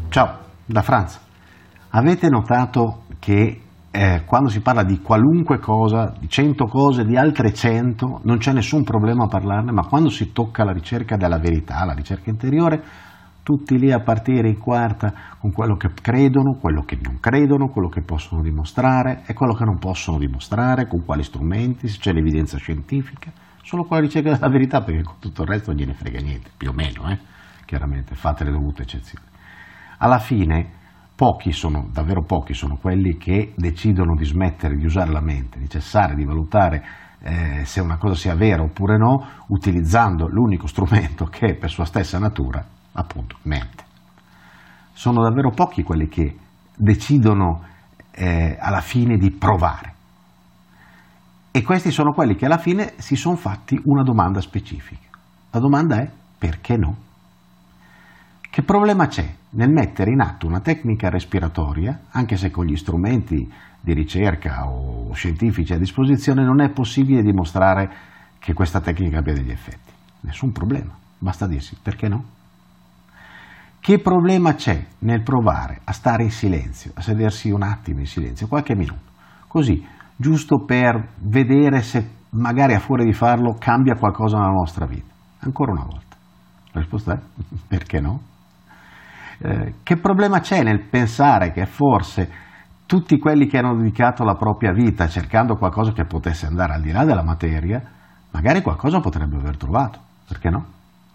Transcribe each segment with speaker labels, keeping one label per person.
Speaker 1: Ciao, da Franz. Avete notato che quando si parla di qualunque cosa, di 100 cose, di altre 100, non c'è nessun problema a parlarne, ma quando si tocca la ricerca della verità, la ricerca interiore, tutti lì a partire in quarta con quello che credono, quello che non credono, quello che possono dimostrare e quello che non possono dimostrare, con quali strumenti, se c'è l'evidenza scientifica, solo con la ricerca della verità, perché con tutto il resto non gliene frega niente, più o meno, chiaramente, fate le dovute eccezioni. Alla fine, davvero pochi sono quelli che decidono di smettere di usare la mente, di cessare di valutare se una cosa sia vera oppure no, utilizzando l'unico strumento che per sua stessa natura, appunto, mente. Sono davvero pochi quelli che decidono alla fine di provare. E questi sono quelli che alla fine si sono fatti una domanda specifica. La domanda è: perché no? Che problema c'è nel mettere in atto una tecnica respiratoria, anche se con gli strumenti di ricerca o scientifici a disposizione non è possibile dimostrare che questa tecnica abbia degli effetti? Nessun problema, basta dirsi perché no? Che problema c'è nel provare a stare in silenzio, a sedersi un attimo in silenzio, qualche minuto, così, giusto per vedere se magari a fuori di farlo cambia qualcosa nella nostra vita? Ancora una volta, la risposta è perché no? Che problema c'è nel pensare che forse tutti quelli che hanno dedicato la propria vita cercando qualcosa che potesse andare al di là della materia, magari qualcosa potrebbero aver trovato? Perché no?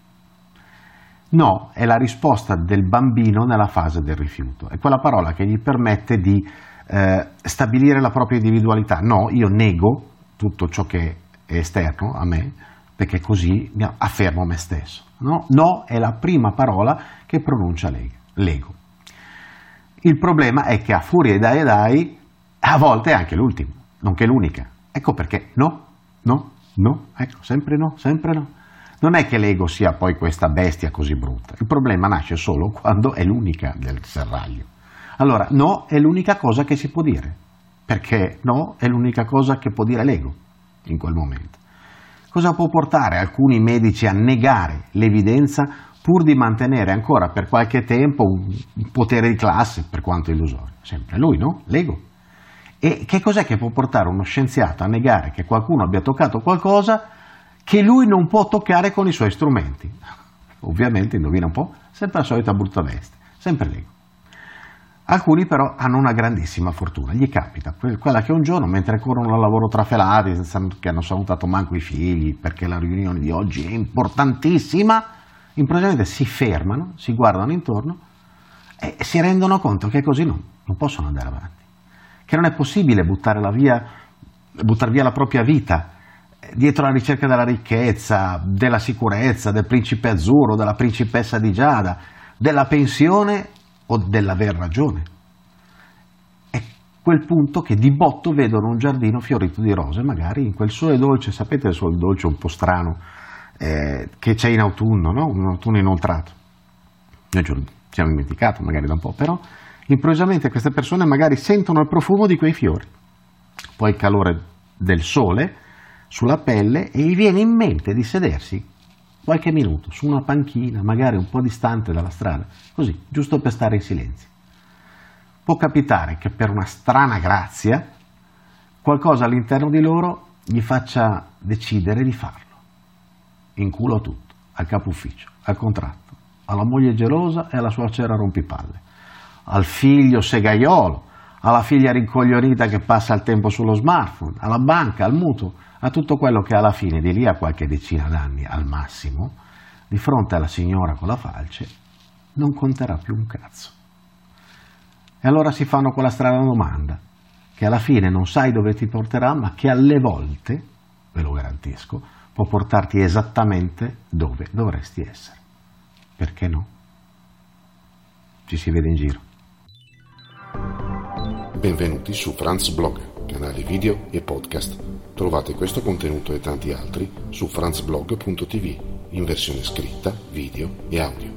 Speaker 1: No è la risposta del bambino nella fase del rifiuto, è quella parola che gli permette di stabilire la propria individualità. No, io nego tutto ciò che è esterno a me, perché così affermo me stesso. No è la prima parola che pronuncia l'ego. Il problema è che a furia di dai, a volte è anche l'ultimo, nonché l'unica. Ecco perché no, ecco, sempre no. Non è che l'ego sia poi questa bestia così brutta, il problema nasce solo quando è l'unica del serraglio. Allora, no è l'unica cosa che si può dire, perché no è l'unica cosa che può dire l'ego in quel momento. Cosa può portare alcuni medici a negare l'evidenza pur di mantenere ancora per qualche tempo un potere di classe, per quanto illusorio? Sempre lui, no? L'ego. E che cos'è che può portare uno scienziato a negare che qualcuno abbia toccato qualcosa che lui non può toccare con i suoi strumenti? Ovviamente, indovina un po', sempre la solita brutta veste, sempre l'ego. Alcuni però hanno una grandissima fortuna, gli capita, quella che un giorno mentre corrono al lavoro trafelati, senza che hanno salutato manco i figli, perché la riunione di oggi è importantissima, improvvisamente si fermano, si guardano intorno e si rendono conto che così non possono andare avanti, che non è possibile buttare via la propria vita dietro la ricerca della ricchezza, della sicurezza, del principe azzurro, della principessa di giada, della pensione o dell'aver ragione. È quel punto che di botto vedono un giardino fiorito di rose, magari in quel sole dolce, sapete il sole dolce un po' strano che c'è in autunno, no? Un autunno inoltrato. Noi ci siamo dimenticato magari da un po', però improvvisamente queste persone magari sentono il profumo di quei fiori, poi il calore del sole sulla pelle e gli viene in mente di sedersi qualche minuto su una panchina, magari un po' distante dalla strada, così, giusto per stare in silenzio. Può capitare che per una strana grazia qualcosa all'interno di loro gli faccia decidere di farlo. In culo a tutto, al capo ufficio, al contratto, alla moglie gelosa e alla suocera rompipalle, al figlio segaiolo, alla figlia rincoglionita che passa il tempo sullo smartphone, alla banca, al mutuo, a tutto quello che alla fine, di lì a qualche decina d'anni al massimo, di fronte alla signora con la falce, non conterà più un cazzo. E allora si fanno quella strana domanda, che alla fine non sai dove ti porterà, ma che alle volte, ve lo garantisco, può portarti esattamente dove dovresti essere. Perché no? Ci si vede in giro.
Speaker 2: Benvenuti su Franz Blog, canale video e podcast. Trovate questo contenuto e tanti altri su franzblog.tv in versione scritta, video e audio.